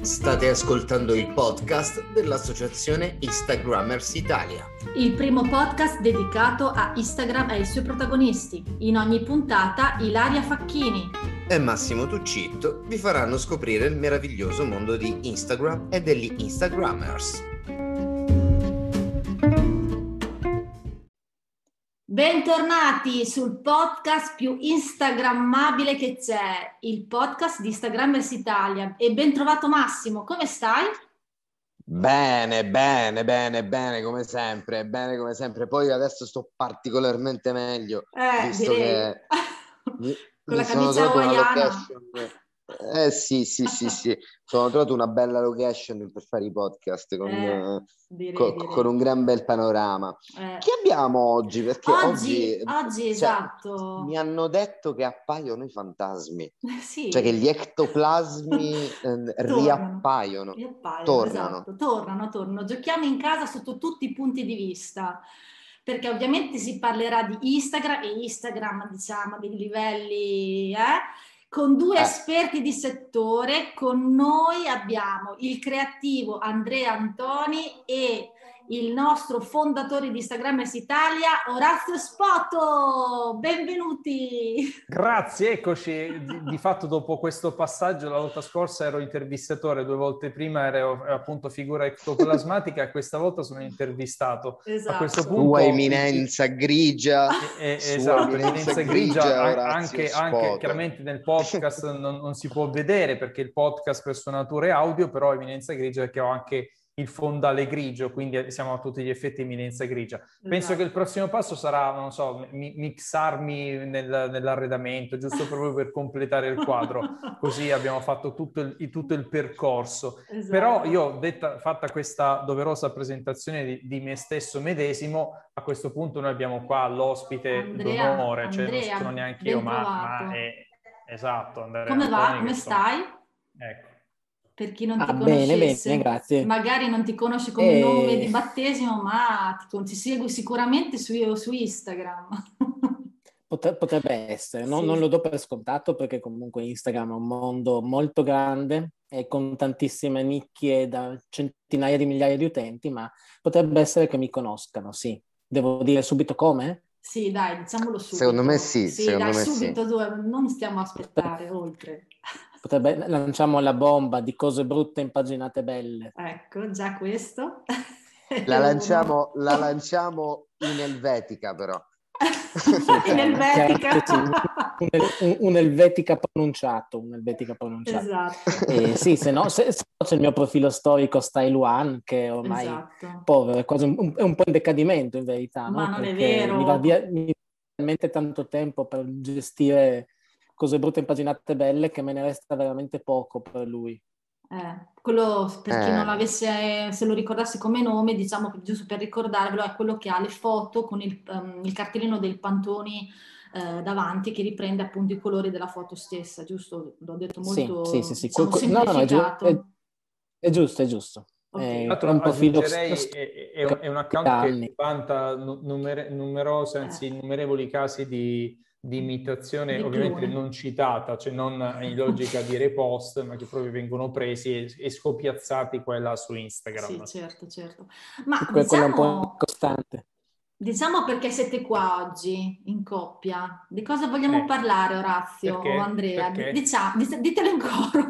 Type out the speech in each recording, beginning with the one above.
State ascoltando il podcast dell'associazione Instagrammers Italia. Il primo podcast dedicato a Instagram e ai suoi protagonisti. In ogni puntata Ilaria Facchini e Massimo Tuccitto vi faranno scoprire il meraviglioso mondo di Instagram e degli Instagrammers. Bentornati sul podcast più instagrammabile che c'è, il podcast di Instagrammers Italia. E ben trovato Massimo, come stai? Bene, come sempre. Poi adesso sto particolarmente meglio, visto direi. che Con la sono camicia trovato una hawaiana. location. Sì. Sono trovato una bella location per fare i podcast con un gran bel panorama. Che abbiamo oggi? Perché oggi esatto. Mi hanno detto che appaiono i fantasmi, sì. Cioè che gli ectoplasmi riappaiono. Tornano. Esatto, tornano. Giochiamo in casa sotto tutti i punti di vista, perché ovviamente si parlerà di Instagram e Instagram, diciamo, dei livelli, con due esperti di settore. Con noi abbiamo il creativo Andrea Antoni e il nostro fondatore di Instagrammers Italia, Orazio Spoto. Benvenuti! Grazie, eccoci. Di fatto dopo questo passaggio, la volta scorsa ero intervistatore, 2 volte prima ero appunto figura ectoplasmatica e questa volta sono intervistato. Esatto. A questo punto, Sua eminenza grigia. Esatto, eminenza grigia, anche Spoto. chiaramente nel podcast non si può vedere perché il podcast per sua natura è audio, però eminenza grigia perché ho anche il fondale grigio, quindi siamo a tutti gli effetti eminenza grigia. Penso che il prossimo passo sarà, non so, mixarmi nell'arredamento, giusto proprio per completare il quadro, così abbiamo fatto tutto il percorso. Esatto. Però io, fatta questa doverosa presentazione di me stesso medesimo, a questo punto noi abbiamo qua l'ospite d'onore, cioè non sono neanche io, ma è esatto, Andrea. Come va? Come stai? Ecco. Per chi non ti conoscesse, bene, grazie. Magari non ti conosce come nome di battesimo, ma ti segue sicuramente su Instagram. Potrebbe essere, Sì. Non lo do per scontato perché comunque Instagram è un mondo molto grande e con tantissime nicchie da centinaia di migliaia di utenti, ma potrebbe essere che mi conoscano, sì. Devo dire subito come? Sì, dai, diciamolo subito. Secondo me sì. Subito, non stiamo a aspettare oltre. Lanciamo la bomba di cose brutte impaginate belle. Ecco, già questo. La lanciamo in elvetica però. In elvetica. Un elvetica pronunciato. Esatto. Sì, se no c'è il mio profilo storico Style One che ormai povero, è quasi è un po' in decadimento in verità. Ma no? non Perché è vero. mi va via talmente tanto tempo per gestire cose brutte impaginate belle che me ne resta veramente poco per lui. Quello, per chi non l'avesse, se lo ricordasse come nome, diciamo che giusto per ricordarvelo, è quello che ha le foto con il cartellino del Pantoni davanti, che riprende appunto i colori della foto stessa, giusto? L'ho detto molto sì. Diciamo, semplificato. È giusto. Okay. Tra l'altro aggiungerei è un account che vanta numerose, anzi innumerevoli casi di imitazione, ovviamente clone. non citata, cioè non in logica di repost, ma che proprio vengono presi e scopiazzati quella su Instagram. Sì, certo. Ma quella è un po' costante. Diciamo perché siete qua oggi in coppia. Di cosa vogliamo parlare, Orazio o Andrea? Ditelo in coro.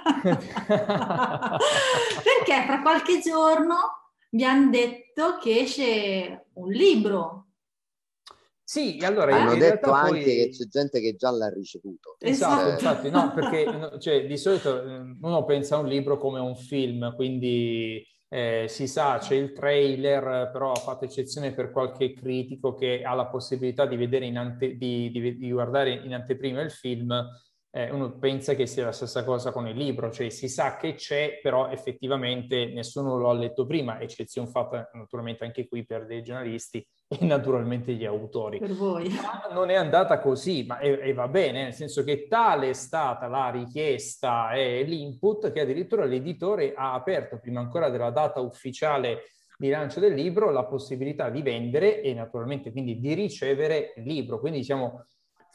Perché fra qualche giorno mi hanno detto che esce un libro. Sì, allora hanno detto anche poi che c'è gente che già l'ha ricevuto. Esatto, infatti, no, perché cioè, di solito uno pensa a un libro come a un film, quindi si sa, c'è il trailer, però fate eccezione per qualche critico che ha la possibilità di vedere di guardare in anteprima il film. Uno pensa che sia la stessa cosa con il libro, cioè si sa che c'è, però effettivamente nessuno lo ha letto prima, eccezione fatta naturalmente anche qui per dei giornalisti e naturalmente gli autori. Per voi. Ma non è andata così, e va bene, nel senso che tale è stata la richiesta e l'input che addirittura l'editore ha aperto, prima ancora della data ufficiale di lancio del libro, la possibilità di vendere e naturalmente quindi di ricevere il libro. Quindi siamo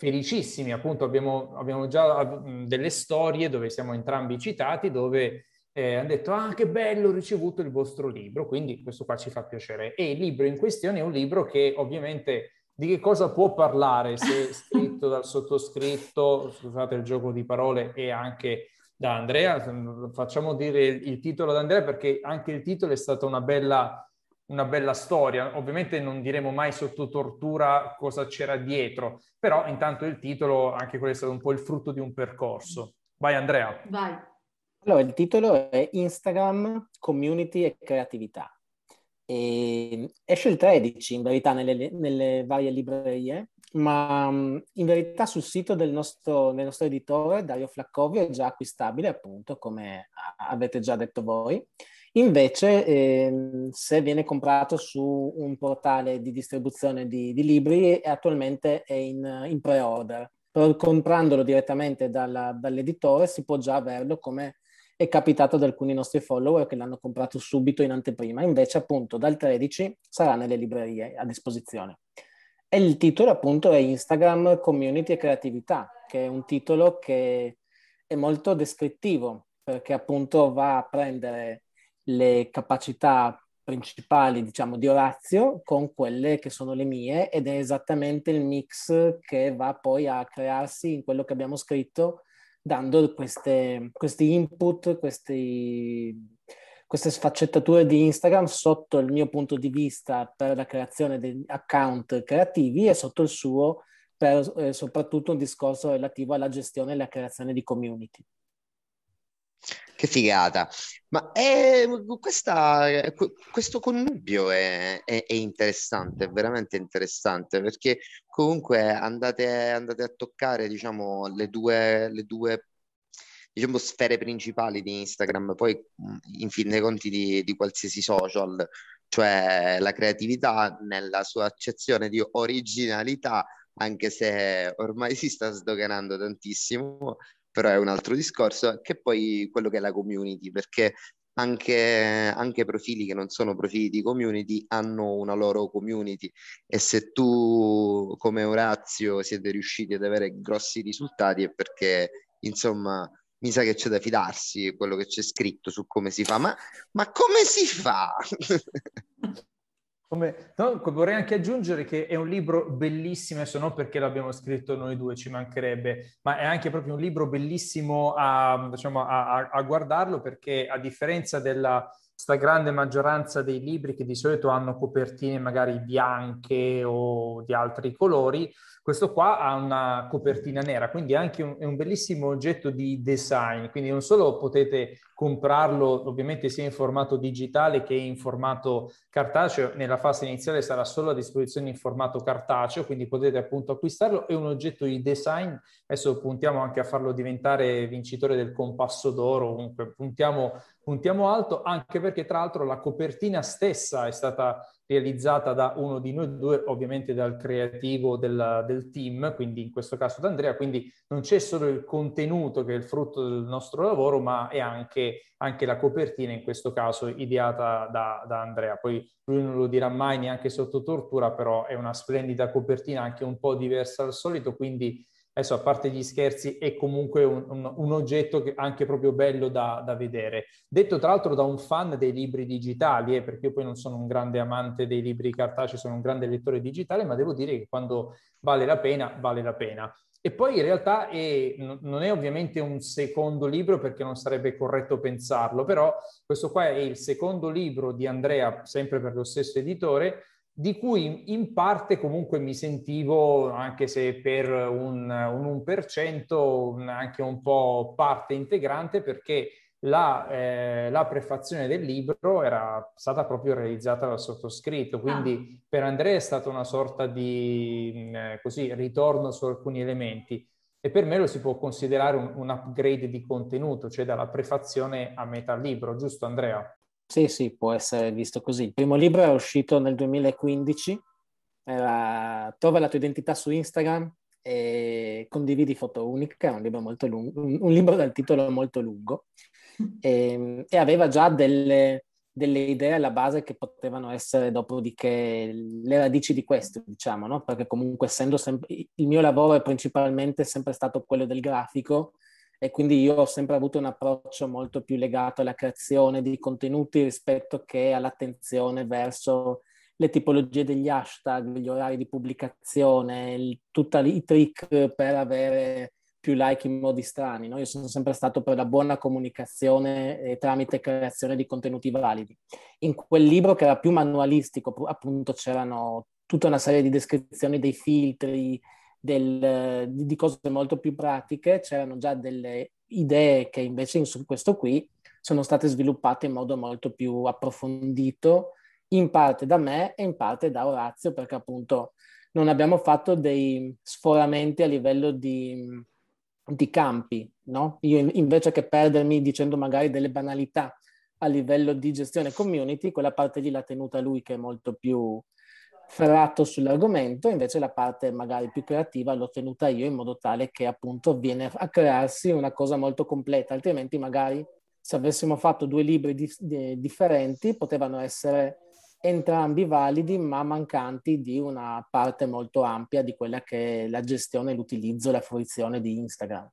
felicissimi, appunto abbiamo già delle storie dove siamo entrambi citati, dove hanno detto che bello, ho ricevuto il vostro libro, quindi questo qua ci fa piacere. E il libro in questione è un libro che ovviamente di che cosa può parlare se è scritto dal sottoscritto, scusate il gioco di parole, e anche da Andrea. Facciamo dire il titolo ad Andrea perché anche il titolo è stata una bella storia. Ovviamente non diremo mai sotto tortura cosa c'era dietro, però intanto il titolo, anche quello è stato un po' il frutto di un percorso. Vai Andrea. Vai. Allora, il titolo è Instagram, Community e Creatività. E esce il 13 in verità nelle varie librerie, ma in verità sul sito del nostro editore Dario Flaccovio è già acquistabile, appunto, come avete già detto voi. Invece se viene comprato su un portale di distribuzione di libri, attualmente è in pre-order. Però comprandolo direttamente dall'editore si può già averlo, come è capitato ad alcuni nostri follower che l'hanno comprato subito in anteprima. Invece appunto dal 13 sarà nelle librerie a disposizione. E il titolo appunto è Instagram, Community e Creatività, che è un titolo che è molto descrittivo, perché appunto va a prendere le capacità principali, diciamo, di Orazio con quelle che sono le mie, ed è esattamente il mix che va poi a crearsi in quello che abbiamo scritto, dando questi input, queste sfaccettature di Instagram sotto il mio punto di vista per la creazione di account creativi e sotto il suo per soprattutto un discorso relativo alla gestione e alla creazione di community. Che figata! Ma questo connubio è interessante, è veramente interessante, perché comunque andate a toccare, diciamo, le due diciamo, sfere principali di Instagram, poi in fin dei conti di qualsiasi social, cioè la creatività nella sua accezione di originalità, anche se ormai si sta sdoganando tantissimo, però è un altro discorso, che poi quello che è la community, perché anche profili che non sono profili di community hanno una loro community, e se tu come Orazio siete riusciti ad avere grossi risultati è perché, insomma, mi sa che c'è da fidarsi quello che c'è scritto su come si fa, ma come si fa? No, vorrei anche aggiungere che è un libro bellissimo, adesso non perché l'abbiamo scritto noi due, ci mancherebbe, ma è anche proprio un libro bellissimo diciamo, a guardarlo, perché a differenza della stragrande maggioranza dei libri che di solito hanno copertine magari bianche o di altri colori, questo qua ha una copertina nera, quindi è anche è un bellissimo oggetto di design, quindi non solo potete comprarlo ovviamente sia in formato digitale che in formato cartaceo. Nella fase iniziale sarà solo a disposizione in formato cartaceo, quindi potete appunto acquistarlo. È un oggetto di design, adesso puntiamo anche a farlo diventare vincitore del Compasso d'Oro, comunque puntiamo alto, anche perché tra l'altro la copertina stessa è stata realizzata da uno di noi due, ovviamente dal creativo del team, quindi in questo caso da Andrea, quindi non c'è solo il contenuto che è il frutto del nostro lavoro, ma è anche la copertina, in questo caso ideata da Andrea. Poi lui non lo dirà mai neanche sotto tortura, però è una splendida copertina, anche un po' diversa dal solito, quindi adesso a parte gli scherzi è comunque un oggetto che anche proprio bello da vedere. Detto tra l'altro da un fan dei libri digitali, perché io poi non sono un grande amante dei libri cartacei, sono un grande lettore digitale, ma devo dire che quando vale la pena, vale la pena. E poi in realtà non è ovviamente un secondo libro, perché non sarebbe corretto pensarlo, però questo qua è il secondo libro di Andrea, sempre per lo stesso editore, di cui in parte comunque mi sentivo, anche se per un 1%, anche un po' parte integrante, perché la prefazione del libro era stata proprio realizzata dal sottoscritto, quindi per Andrea è stata una sorta di così, ritorno su alcuni elementi, e per me lo si può considerare un upgrade di contenuto, cioè dalla prefazione a metà libro, giusto Andrea? Sì, può essere visto così. Il primo libro è uscito nel 2015, Trova la tua identità su Instagram e condividi foto uniche, è un libro molto lungo, un libro dal titolo molto lungo, e aveva già delle idee alla base che potevano essere dopodiché le radici di questo, diciamo, no? Perché comunque essendo sempre, il mio lavoro è principalmente sempre stato quello del grafico, e quindi io ho sempre avuto un approccio molto più legato alla creazione di contenuti rispetto che all'attenzione verso le tipologie degli hashtag, gli orari di pubblicazione, tutti i trick per avere più like in modi strani, no? Io sono sempre stato per la buona comunicazione tramite creazione di contenuti validi. In quel libro, che era più manualistico, appunto c'erano tutta una serie di descrizioni dei filtri, di cose molto più pratiche, c'erano già delle idee che invece su questo qui sono state sviluppate in modo molto più approfondito, in parte da me e in parte da Orazio, perché appunto non abbiamo fatto dei sforamenti a livello di campi, no? Io invece che perdermi dicendo magari delle banalità a livello di gestione community, quella parte lì l'ha tenuta lui, che è molto più ferrato sull'argomento, invece la parte magari più creativa l'ho tenuta io, in modo tale che appunto viene a crearsi una cosa molto completa, altrimenti magari se avessimo fatto due libri differenti potevano essere entrambi validi ma mancanti di una parte molto ampia di quella che è la gestione, l'utilizzo, la fruizione di Instagram.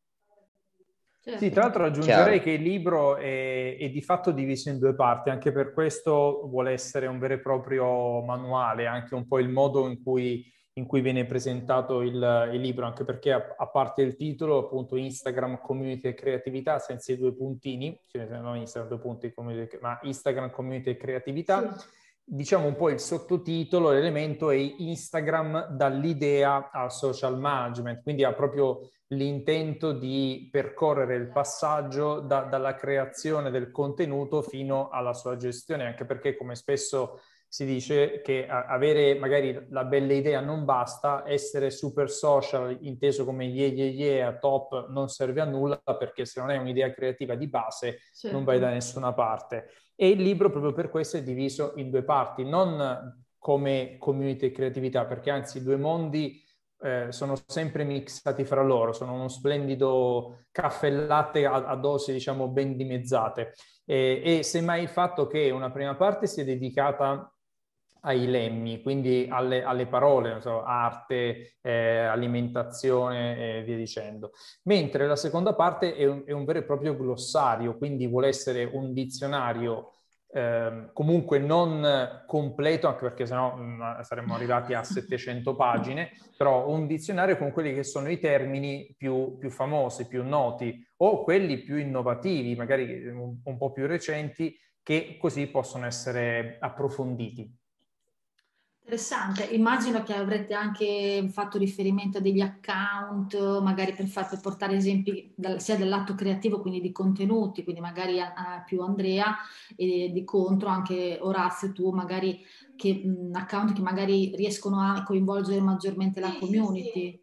Sì, tra l'altro aggiungerei che il libro è di fatto diviso in due parti, anche per questo vuole essere un vero e proprio manuale, anche un po' il modo in cui viene presentato il libro, anche perché a parte il titolo, appunto Instagram, community e creatività, senza i due puntini, cioè non Instagram, due punti, ma Instagram, community e creatività. Sì. Diciamo un po' il sottotitolo, l'elemento è Instagram dall'idea al social management, quindi ha proprio l'intento di percorrere il passaggio dalla creazione del contenuto fino alla sua gestione, anche perché, come spesso si dice, che avere magari la bella idea non basta, essere super social, inteso come a top, non serve a nulla, perché se non è un'idea creativa di base, certo, non vai da nessuna parte. E il libro proprio per questo è diviso in due parti, non come community e creatività, perché anzi i due mondi sono sempre mixati fra loro, sono uno splendido caffè e latte a dosi, diciamo, ben dimezzate. E semmai il fatto che una prima parte sia dedicata ai lemmi, quindi alle parole, non so, arte, alimentazione e via dicendo. Mentre la seconda parte è un vero e proprio glossario, quindi vuole essere un dizionario comunque non completo, anche perché sennò saremmo arrivati a 700 pagine, però un dizionario con quelli che sono i termini più famosi, più noti, o quelli più innovativi, magari un po' più recenti, che così possono essere approfonditi. Interessante, immagino che avrete anche fatto riferimento a degli account, magari per portare esempi sia dal lato creativo, quindi di contenuti, quindi magari più Andrea, e di contro anche Orazio, tu magari, account che magari riescono a coinvolgere maggiormente la community.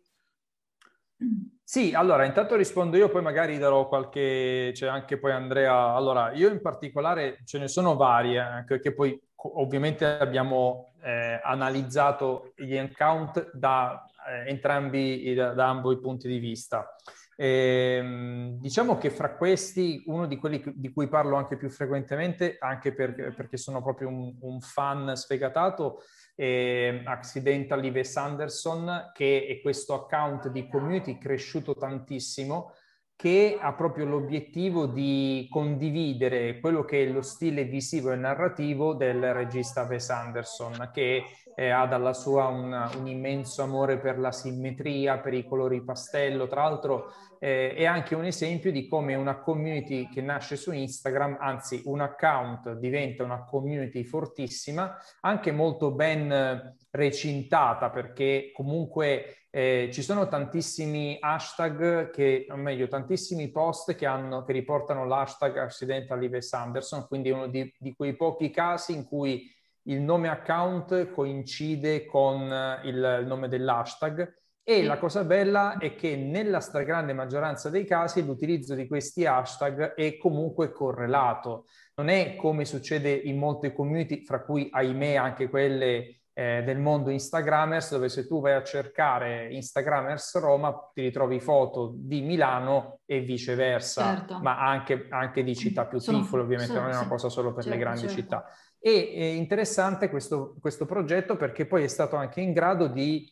Sì, allora intanto rispondo io, poi magari darò c'è anche poi Andrea. Allora, io in particolare ce ne sono varie, anche perché poi ovviamente abbiamo analizzato gli account da entrambi, da ambo i punti di vista. Diciamo che fra questi, uno di quelli di cui parlo anche più frequentemente, anche perché sono proprio un fan sfegatato, Accidentally Wes Anderson, che è questo account di community cresciuto tantissimo, che ha proprio l'obiettivo di condividere quello che è lo stile visivo e narrativo del regista Wes Anderson, che ha dalla sua un immenso amore per la simmetria, per i colori pastello. Tra l'altro è anche un esempio di come una community che nasce su Instagram, anzi un account diventa una community fortissima, anche molto ben recintata, perché comunque ci sono tantissimi hashtag o meglio, tantissimi post che riportano l'hashtag Accidentally Wes Anderson, quindi uno di quei pochi casi in cui il nome account coincide con il nome dell'hashtag. E la cosa bella è che nella stragrande maggioranza dei casi l'utilizzo di questi hashtag è comunque correlato. Non è come succede in molte community, fra cui ahimè anche quelle del mondo Instagrammers, dove se tu vai a cercare Instagrammers Roma ti ritrovi foto di Milano e viceversa, certo, ma anche di città più piccole, ovviamente non è una cosa solo per le grandi città. E è interessante questo progetto, perché poi è stato anche in grado di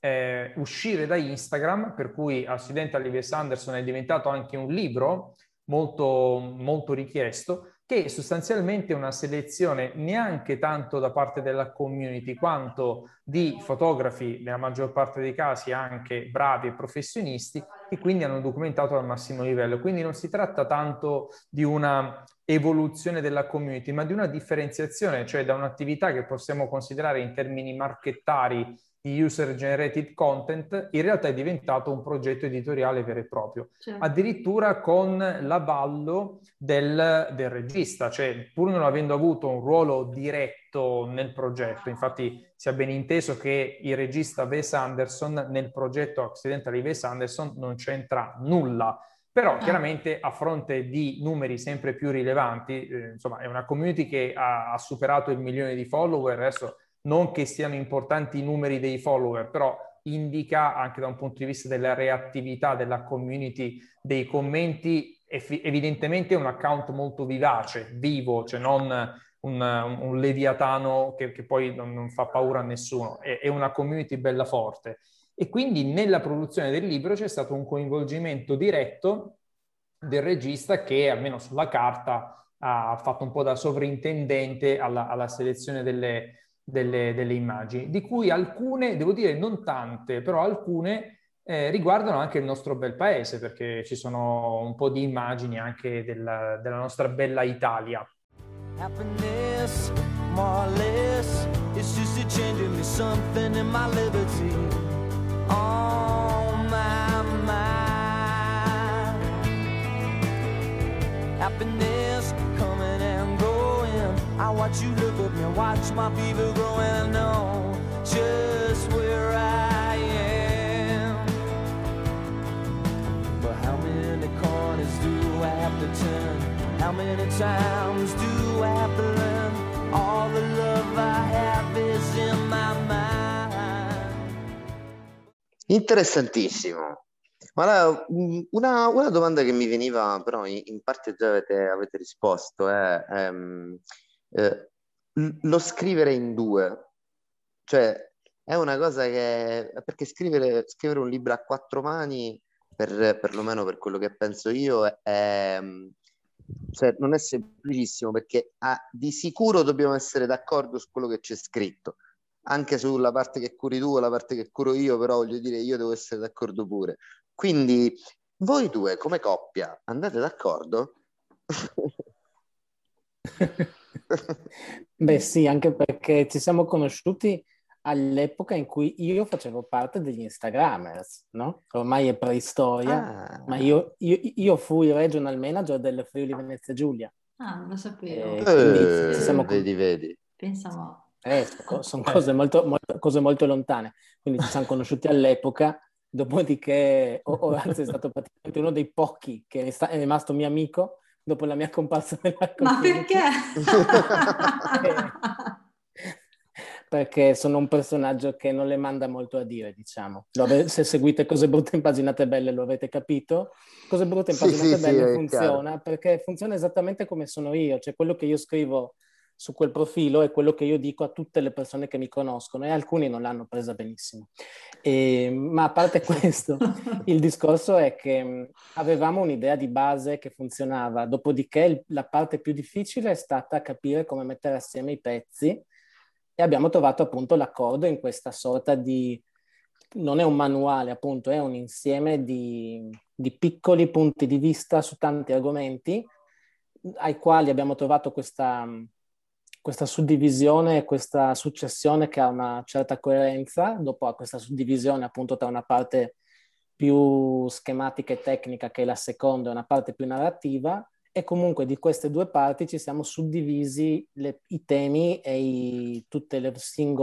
uscire da Instagram, per cui Accidental Wes Anderson è diventato anche un libro molto, molto richiesto, che sostanzialmente è una selezione neanche tanto da parte della community quanto di fotografi, nella maggior parte dei casi anche bravi e professionisti, che quindi hanno documentato al massimo livello. Quindi non si tratta tanto di una evoluzione della community, ma di una differenziazione, cioè da un'attività che possiamo considerare in termini marchettari di user generated content, in realtà è diventato un progetto editoriale vero e proprio, addirittura con l'avallo del regista, cioè pur non avendo avuto un ruolo diretto nel progetto. Infatti si è ben inteso che il regista Wes Anderson nel progetto Accidentally Wes Anderson non c'entra nulla, però chiaramente a fronte di numeri sempre più rilevanti, insomma è una community che ha superato il 1 milione di follower. Adesso non che siano importanti i numeri dei follower, però indica anche da un punto di vista della reattività della community, dei commenti, evidentemente un account molto vivace, vivo, cioè non un leviatano che poi non fa paura a nessuno, è una community bella forte. E quindi nella produzione del libro c'è stato un coinvolgimento diretto del regista che, almeno sulla carta, ha fatto un po' da sovrintendente alla selezione delle immagini, di cui alcune, devo dire non tante, però alcune riguardano anche il nostro bel paese, perché ci sono un po' di immagini anche della nostra bella Italia. Happiness, more or less, it's just a change in me, something in my liberty, on my mind. Happiness coming and going, I watch you look at me, watch my fever grow, and I know just where I am. But how many corners do I have to turn? How many times do I have to learn? All the love I have is in my mind. Interessantissimo. Ma una domanda che mi veniva, però in parte già avete risposto, è lo scrivere in due. Cioè, è una cosa che... Perché scrivere un libro a 4 mani, perlomeno per quello che penso io, cioè, non è semplicissimo, perché di sicuro dobbiamo essere d'accordo su quello che c'è scritto, anche sulla parte che curi tu o la parte che curo io, però voglio dire, io devo essere d'accordo pure. Quindi voi due come coppia andate d'accordo? Beh sì, anche perché ci siamo conosciuti all'epoca in cui io facevo parte degli Instagrammers, no? Ormai è preistoria, ma io fui regional manager del Friuli Venezia Giulia. Ah, non lo sapevo. Quindi ci siamo vedi. Pensavo. Sono cose cose molto lontane. Quindi ci siamo conosciuti all'epoca, dopodiché, anzi è stato praticamente uno dei pochi che è rimasto mio amico dopo la mia comparsa nella community. Ma perché? Perché sono un personaggio che non le manda molto a dire, diciamo. Se seguite Cose brutte impaginate belle lo avete capito. Cose brutte impaginate belle funziona perché funziona esattamente come sono io, cioè quello che io scrivo su quel profilo è quello che io dico a tutte le persone che mi conoscono, e alcuni non l'hanno presa benissimo. Ma a parte questo, il discorso è che avevamo un'idea di base che funzionava, dopodiché la parte più difficile è stata capire come mettere assieme i pezzi, e abbiamo trovato appunto l'accordo in questa sorta di... non è un manuale appunto, è un insieme di piccoli punti di vista su tanti argomenti, ai quali abbiamo trovato questa suddivisione, questa successione che ha una certa coerenza. Dopo questa suddivisione appunto tra una parte più schematica e tecnica, che è la seconda, e una parte più narrativa, e comunque di queste due parti ci siamo suddivisi i temi e tutte i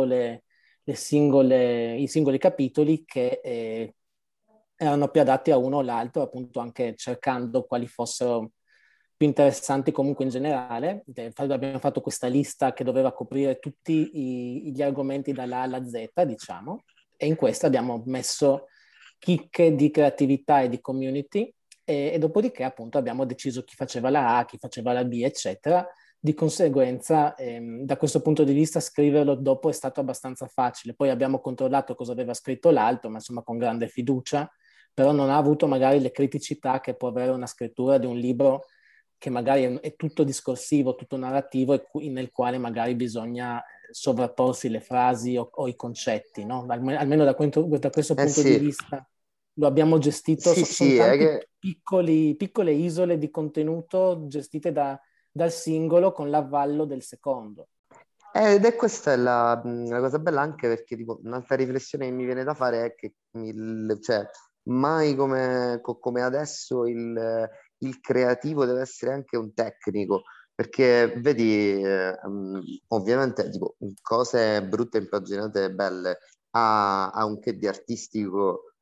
singoli capitoli che erano più adatti a uno o l'altro, appunto anche cercando quali fossero più interessanti comunque in generale. Abbiamo fatto questa lista che doveva coprire tutti gli argomenti dalla A alla Z, diciamo, e in questa abbiamo messo chicche di creatività e di community, e dopodiché appunto abbiamo deciso chi faceva la A, chi faceva la B, eccetera, Di conseguenza, da questo punto di vista, scriverlo dopo è stato abbastanza facile. Poi abbiamo controllato cosa aveva scritto l'altro, ma insomma con grande fiducia, però non ha avuto magari le criticità che può avere una scrittura di un libro che magari è tutto discorsivo, tutto narrativo, e nel quale magari bisogna sovrapporsi le frasi o i concetti, no? Almeno da questo punto di Sì, vista lo abbiamo gestito, sì, sono sì, è tanti che piccole isole di contenuto gestite dal singolo con l'avvallo del secondo. ed è questa è la cosa bella, anche perché tipo, un'altra riflessione che mi viene da fare è che cioè, mai come adesso il creativo deve essere anche un tecnico, perché vedi, ovviamente tipo, cose brutte, impaginate, belle, ha un che di artistico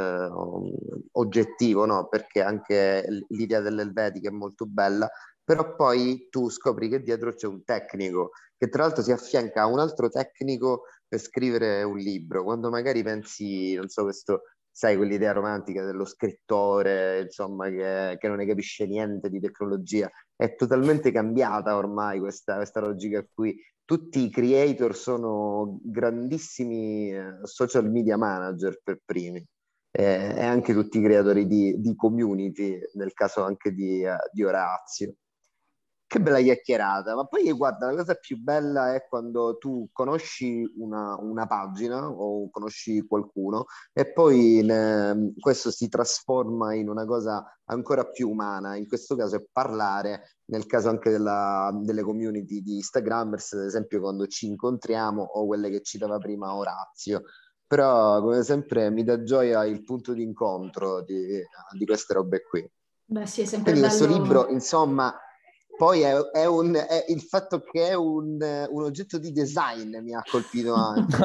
oggettivo, no? Perché anche l'idea dell'Elvetica è molto bella, però poi tu scopri che dietro c'è un tecnico che tra l'altro si affianca a un altro tecnico per scrivere un libro, quando magari pensi, non so, questo, sai, quell'idea romantica dello scrittore, insomma, che non ne capisce niente di tecnologia, è totalmente cambiata ormai questa logica qui. Tutti i creator sono grandissimi social media manager per primi, e anche tutti i creatori di community, nel caso anche di Orazio. Che bella chiacchierata, ma poi guarda, la cosa più bella è quando tu conosci una pagina o conosci qualcuno e poi questo si trasforma in una cosa ancora più umana, in questo caso è parlare, nel caso anche delle community di Instagrammers, ad esempio quando ci incontriamo o quelle che citava prima Orazio. Però come sempre mi dà gioia il punto di incontro di queste robe qui. Beh, sì, è sempre Quindi questo bello. libro, insomma, poi è il fatto che è un oggetto di design mi ha colpito anche.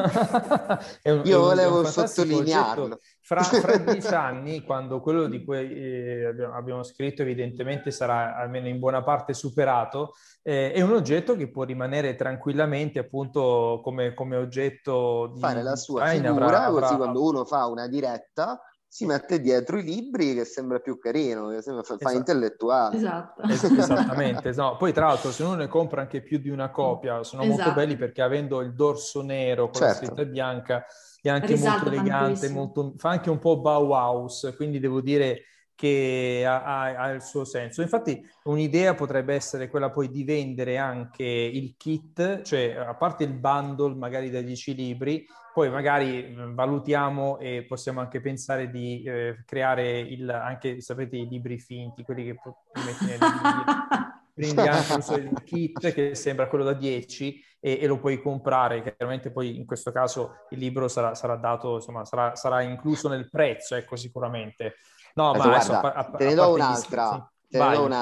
Io È un volevo fantastico sottolinearlo. oggetto. Fra 10 anni, quando quello di cui abbiamo scritto evidentemente sarà almeno in buona parte superato, è un oggetto che può rimanere tranquillamente appunto come oggetto Fare di la sua design, figura, così quando uno fa una diretta si mette dietro i libri che sembra più carino, che sembra fa intellettuale. Esatto. Esattamente, no. Poi tra l'altro se uno ne compra anche più di una copia sono molto belli Esatto. perché avendo il dorso nero con la scritta Certo. bianca è anche molto Risalta elegante, tantissimo. fa anche un po' Bauhaus, quindi devo dire che ha il suo senso. Infatti un'idea potrebbe essere quella poi di vendere anche il kit, cioè a parte il bundle magari da 10 libri, poi magari valutiamo e possiamo anche pensare di creare anche, sapete, i libri finti, quelli che metti nelle librerie. Prendi anche il kit che sembra quello da 10 e lo puoi comprare. Chiaramente poi in questo caso il libro sarà dato, insomma, sarà incluso nel prezzo, ecco, sicuramente. No, Adesso, ma adesso guarda, te a ne do parte gli scherzi, un'altra, vai.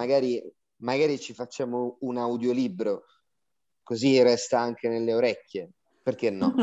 magari ci facciamo un audiolibro, così resta anche nelle orecchie, perché no?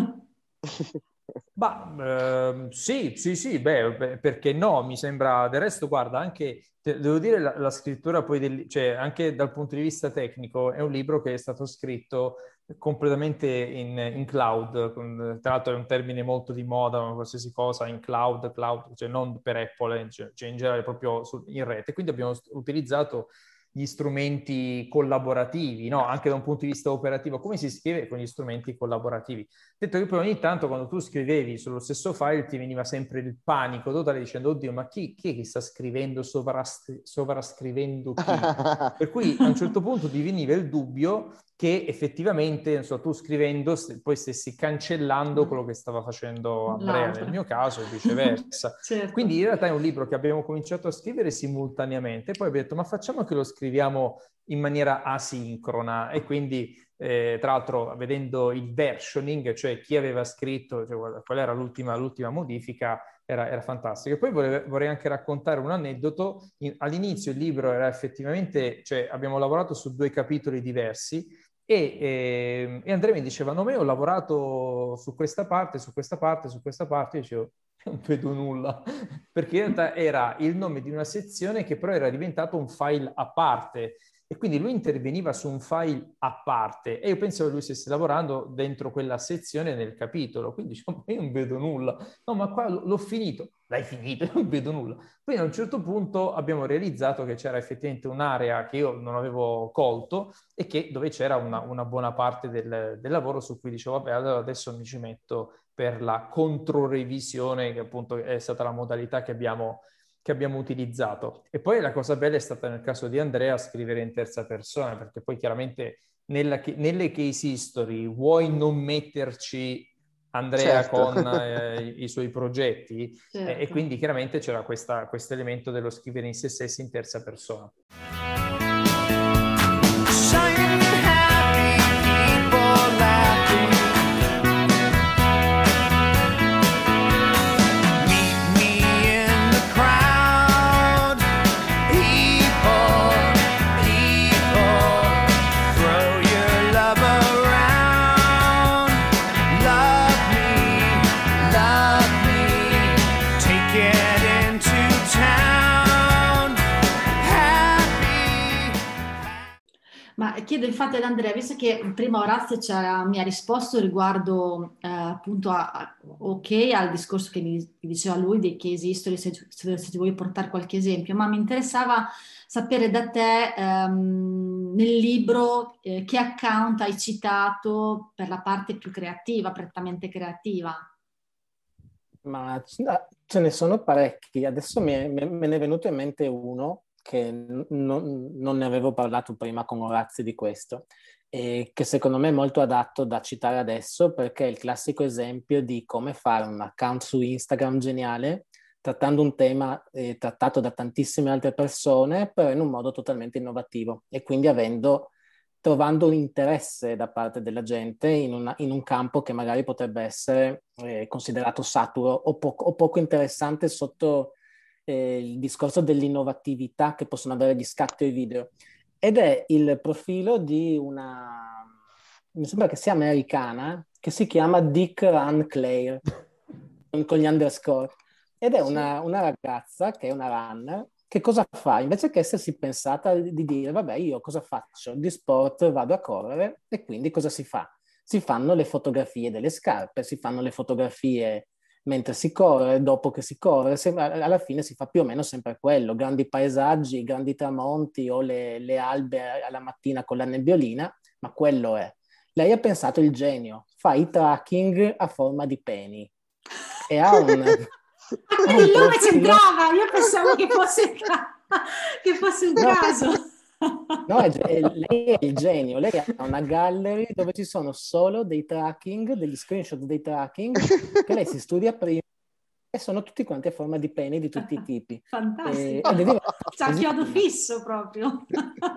Sì, beh, perché no? Mi sembra, del resto, guarda, anche, devo dire, la scrittura poi, cioè, anche dal punto di vista tecnico, è un libro che è stato scritto completamente in cloud, tra l'altro è un termine molto di moda, qualsiasi cosa in cloud, cioè non per Apple, cioè in generale proprio in rete. Quindi abbiamo utilizzato gli strumenti collaborativi, no? Anche da un punto di vista operativo, come si scrive con gli strumenti collaborativi. Detto che poi ogni tanto quando tu scrivevi sullo stesso file ti veniva sempre il panico totale dicendo oddio ma chi è che sta scrivendo sovrascrivendo chi? Per cui a un certo punto ti veniva il dubbio che effettivamente non so, tu scrivendo poi stessi cancellando quello che stava facendo Andrea nel mio caso e viceversa. Certo. Quindi in realtà è un libro che abbiamo cominciato a scrivere simultaneamente, poi abbiamo detto ma facciamo che lo scriviamo in maniera asincrona e quindi tra l'altro vedendo il versioning, cioè chi aveva scritto, cioè, qual era l'ultima modifica, era fantastico. E poi vorrei anche raccontare un aneddoto. All'inizio il libro era effettivamente, cioè abbiamo lavorato su 2 capitoli diversi e Andrea mi diceva, no, ma io ho lavorato su questa parte, su questa parte, su questa parte, io dicevo, non vedo nulla, perché in realtà era il nome di una sezione che però era diventato un file a parte. e quindi lui interveniva su un file a parte e io pensavo che lui stesse lavorando dentro quella sezione nel capitolo, quindi dicevo, io non vedo nulla, no ma qua l'ho finito, l'hai finito, io non vedo nulla. Poi a un certo punto abbiamo realizzato che c'era effettivamente un'area che io non avevo colto e dove c'era una buona parte del lavoro su cui dicevo, vabbè, allora adesso mi ci metto per la controrevisione, che appunto è stata la modalità che abbiamo utilizzato. E poi la cosa bella è stata nel caso di Andrea scrivere in terza persona, perché poi chiaramente nelle case history vuoi non metterci Andrea Certo. con i suoi progetti, Certo. e quindi chiaramente c'era questo elemento dello scrivere in se stessi in terza persona. Ma chiedo infatti ad Andrea, visto che prima Orazio mi ha risposto riguardo appunto ok al discorso che diceva lui dei case history, se ti vuoi portare qualche esempio, ma mi interessava sapere da te nel libro che account hai citato per la parte più creativa, prettamente creativa. Ma ce ne sono parecchi, adesso me ne è venuto in mente uno che non ne avevo parlato prima con Orazio di questo, e che secondo me è molto adatto da citare adesso perché è il classico esempio di come fare un account su Instagram geniale trattando un tema trattato da tantissime altre persone, però in un modo totalmente innovativo e quindi trovando un interesse da parte della gente in un campo che magari potrebbe essere considerato saturo o poco interessante sotto il discorso dell'innovatività che possono avere gli scatti o i video. Ed è il profilo di mi sembra che sia americana, che si chiama Dick Run Claire, con gli underscore. Ed è una ragazza che è una runner. Che cosa fa? Invece che essersi pensata di dire, vabbè, io cosa faccio? Di sport vado a correre, e quindi cosa si fa? Si fanno le fotografie delle scarpe, si fanno le fotografie mentre si corre, dopo che si corre, alla fine si fa più o meno sempre quello, grandi paesaggi, grandi tramonti o le albe alla mattina con la nebbiolina, ma quello è. Lei ha pensato il genio, fa i tracking a forma di peni e ha un... Quindi il nome c'entrava, io pensavo che fosse un caso. No, lei è il genio, lei ha una gallery dove ci sono solo dei tracking, degli screenshot dei tracking che lei si studia prima e sono tutti quanti a forma di peni di tutti i tipi. Fantastico, c'ha il chiodo fisso proprio.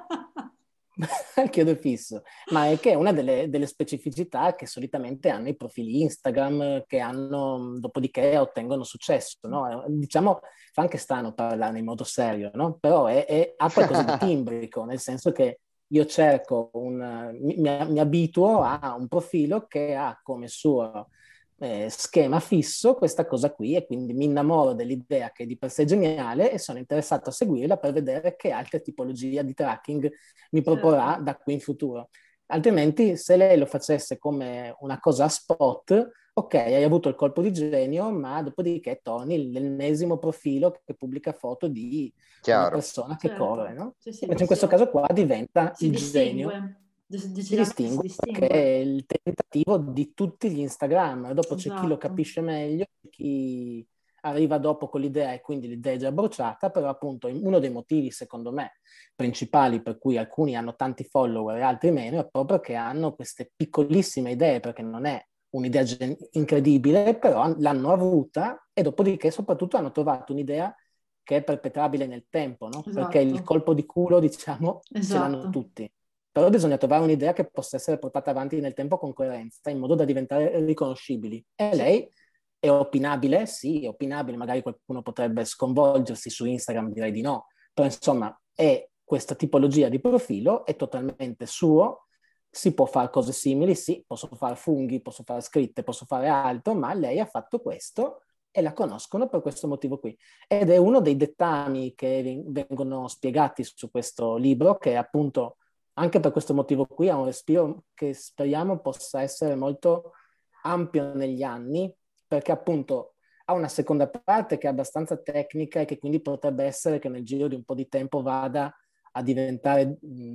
Il chiodo fisso, ma è che è una delle specificità che solitamente hanno i profili Instagram, che hanno, dopodiché ottengono successo, no? Diciamo, fa anche strano parlarne in modo serio, no? Però ha qualcosa di timbrico, nel senso che io cerco, mi abituo a un profilo che ha come suo schema fisso questa cosa qui, e quindi mi innamoro dell'idea che è di per sé geniale e sono interessato a seguirla per vedere che altre tipologie di tracking mi proporrà da qui in futuro. Altrimenti, se lei lo facesse come una cosa a spot, ok, hai avuto il colpo di genio, ma dopodiché torni l'ennesimo profilo che pubblica foto di una persona che corre, no? Invece in questo caso qua diventa il genio. Si distingue perché è il tentativo di tutti gli Instagram. Dopo c'è chi lo capisce meglio, chi arriva dopo con l'idea e quindi l'idea è già bruciata, però appunto uno dei motivi, secondo me, principali per cui alcuni hanno tanti follower e altri meno è proprio che hanno queste piccolissime idee, perché non è un'idea incredibile, però l'hanno avuta e dopodiché soprattutto hanno trovato un'idea che è perpetrabile nel tempo, no? Esatto. Perché il colpo di culo, diciamo, ce l'hanno tutti. Però bisogna trovare un'idea che possa essere portata avanti nel tempo con coerenza, in modo da diventare riconoscibili. E lei è opinabile? Sì, è opinabile. Magari qualcuno potrebbe sconvolgersi su Instagram, direi di no. Però insomma, questa tipologia di profilo è totalmente suo. Si può fare cose simili, sì, posso fare funghi, posso fare scritte, posso fare altro, ma lei ha fatto questo e la conoscono per questo motivo qui. Ed è uno dei dettami che vengono spiegati su questo libro, che appunto anche per questo motivo qui ha un respiro che speriamo possa essere molto ampio negli anni, perché appunto ha una seconda parte che è abbastanza tecnica e che quindi potrebbe essere che nel giro di un po' di tempo vada a diventare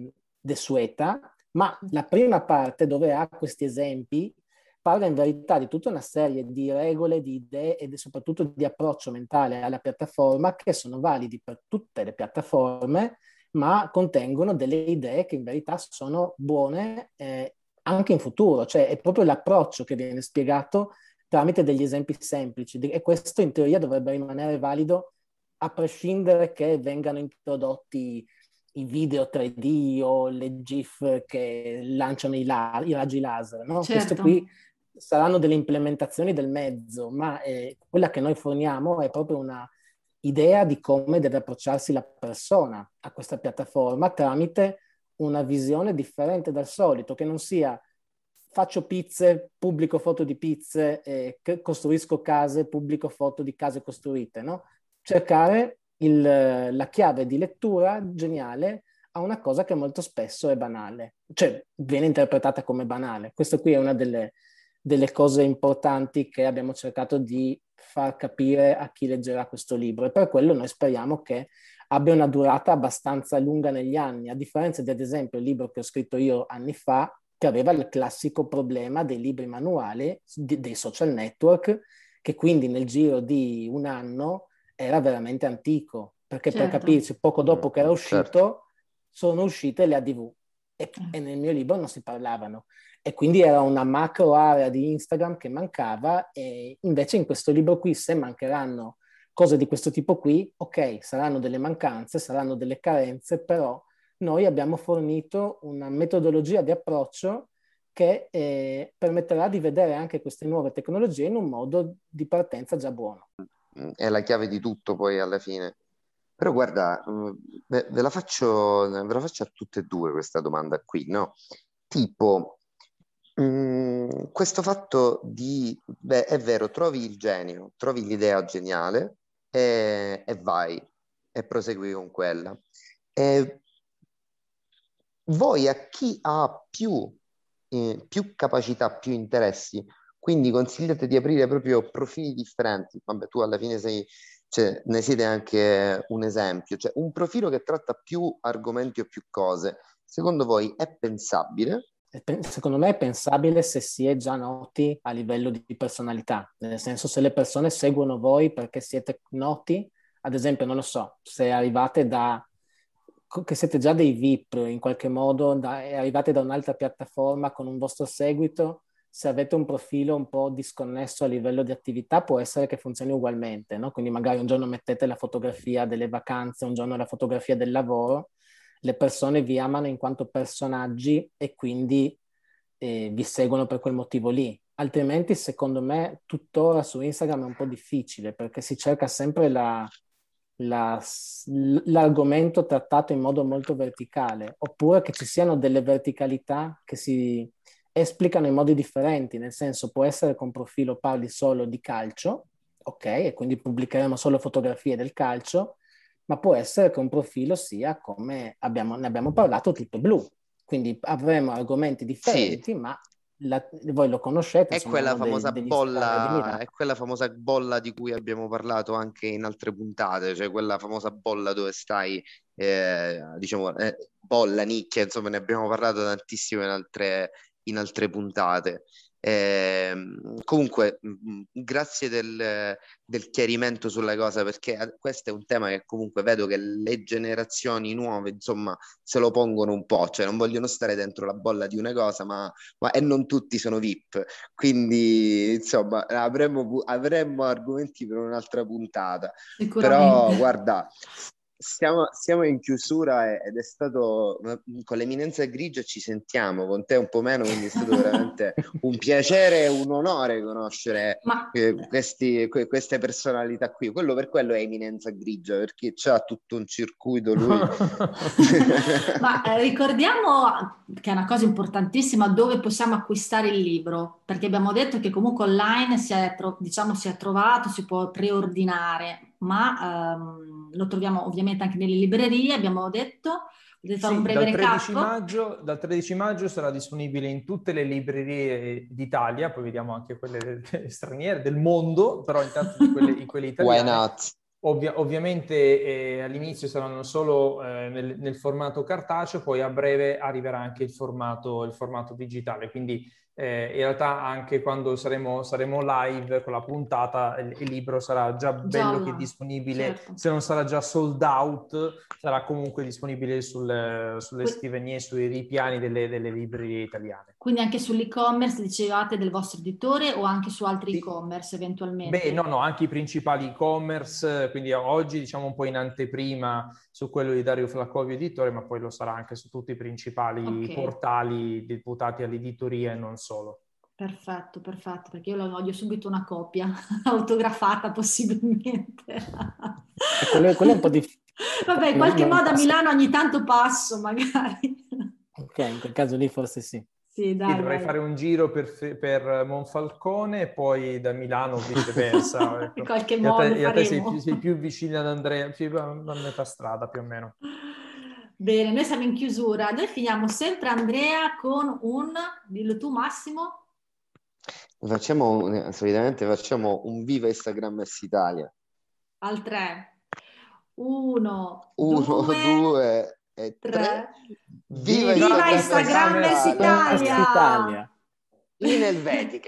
desueta, ma la prima parte, dove ha questi esempi, parla in verità di tutta una serie di regole, di idee e soprattutto di approccio mentale alla piattaforma che sono validi per tutte le piattaforme, ma contengono delle idee che in verità sono buone anche in futuro. Cioè è proprio l'approccio che viene spiegato tramite degli esempi semplici, e questo in teoria dovrebbe rimanere valido a prescindere che vengano introdotti i video 3D o le GIF che lanciano i raggi laser, no? Certo. Questo qui saranno delle implementazioni del mezzo, ma quella che noi forniamo è proprio una idea di come deve approcciarsi la persona a questa piattaforma tramite una visione differente dal solito, che non sia faccio pizze, pubblico foto di pizze, costruisco case, pubblico foto di case costruite, no? Cercare la chiave di lettura geniale a una cosa che molto spesso è banale, cioè viene interpretata come banale. Questo qui è una delle cose importanti che abbiamo cercato di far capire a chi leggerà questo libro, e per quello noi speriamo che abbia una durata abbastanza lunga negli anni, a differenza di ad esempio il libro che ho scritto io anni fa, che aveva il classico problema dei libri manuali dei social network, che quindi nel giro di un anno era veramente antico, perché per capirci, poco dopo che era uscito, sono uscite le ADV e nel mio libro non si parlavano. E quindi era una macro area di Instagram che mancava, e invece in questo libro qui, se mancheranno cose di questo tipo qui, ok, saranno delle mancanze, saranno delle carenze, però noi abbiamo fornito una metodologia di approccio che permetterà di vedere anche queste nuove tecnologie in un modo di partenza già buono. È la chiave di tutto poi alla fine. Però guarda, ve la faccio a tutte e due questa domanda qui, no? Tipo, questo fatto è vero, trovi il genio, trovi l'idea geniale e vai, e prosegui con quella. Voi a chi ha più capacità, più interessi, quindi consigliate di aprire proprio profili differenti. Vabbè, tu alla fine ne siete anche un esempio, cioè un profilo che tratta più argomenti o più cose. Secondo voi è pensabile? Secondo me è pensabile se si è già noti a livello di personalità, nel senso, se le persone seguono voi perché siete noti, ad esempio, non lo so, se arrivate che siete già dei VIP in qualche modo, e arrivate da un'altra piattaforma con un vostro seguito, se avete un profilo un po' disconnesso a livello di attività può essere che funzioni ugualmente, no? Quindi magari un giorno mettete la fotografia delle vacanze, un giorno la fotografia del lavoro, le persone vi amano in quanto personaggi e quindi vi seguono per quel motivo lì. Altrimenti, secondo me, tuttora su Instagram è un po' difficile, perché si cerca sempre l'argomento trattato in modo molto verticale, oppure che ci siano delle verticalità che si esplicano in modi differenti, nel senso, può essere che un profilo parli solo di calcio, ok, e quindi pubblicheremo solo fotografie del calcio, ma può essere che un profilo sia come ne abbiamo parlato, tutto blu. Quindi avremo argomenti differenti, sì, ma voi lo conoscete. È insomma, quella famosa bolla, è quella famosa bolla di cui abbiamo parlato anche in altre puntate, cioè quella famosa bolla dove stai, bolla, nicchia, insomma, ne abbiamo parlato tantissimo in altre puntate. Comunque, grazie del chiarimento sulla cosa, perché questo è un tema che comunque vedo che le generazioni nuove, insomma, se lo pongono un po', cioè non vogliono stare dentro la bolla di una cosa, ma e non tutti sono VIP, quindi insomma avremmo argomenti per un'altra puntata. Però guarda, siamo in chiusura ed è stato con l'Eminenza Grigia ci sentiamo, con te un po' meno, quindi è stato veramente un piacere e un onore conoscere queste personalità qui. Per quello è Eminenza Grigia, perché c'ha tutto un circuito lui. Ma ricordiamo che è una cosa importantissima dove possiamo acquistare il libro, perché abbiamo detto che comunque online si è trovato, si può preordinare, ma lo troviamo ovviamente anche nelle librerie, abbiamo detto. Potete fare un breve recap? Dal 13 maggio sarà disponibile in tutte le librerie d'Italia, poi vediamo anche quelle straniere, del mondo, però intanto in quelle italiane. Why not? Ovviamente all'inizio saranno solo nel formato cartaceo, poi a breve arriverà anche il formato digitale, quindi in realtà anche quando saremo live con la puntata il libro sarà già bello che è disponibile, certo. Se non sarà già sold out sarà comunque disponibile sulle scrivanie, sui ripiani delle librerie italiane. Quindi anche sull'e-commerce dicevate del vostro editore o anche su altri e-commerce eventualmente? Beh, no, anche i principali e-commerce, quindi oggi diciamo un po' in anteprima su quello di Dario Flaccovio editore, ma poi lo sarà anche su tutti i principali portali deputati all'editoria e non solo. Perfetto, perché io voglio subito una copia autografata possibilmente. Quello è un po' difficile. Vabbè, in qualche modo a Milano ogni tanto passo magari. Ok, in quel caso lì forse sì. Sì, dovrei fare un giro per Monfalcone e poi da Milano viceversa. Ecco. In qualche modo a te sei più vicino ad Andrea, a metà strada più o meno. Bene, noi siamo in chiusura. Noi finiamo sempre, Andrea, con dillo tu Massimo. Solitamente facciamo un viva Instagrammers Italia. Al 3. 1, 2 e 3. Viva Instagrammers Italia! In Elvetica.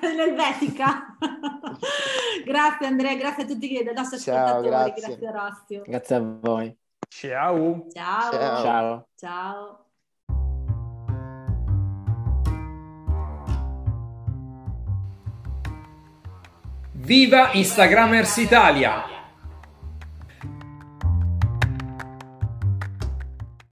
Grazie Andrea, grazie a tutti i nostri ascoltatori, grazie a Orazio. Grazie a voi. Ciao. Viva Instagrammers Italia!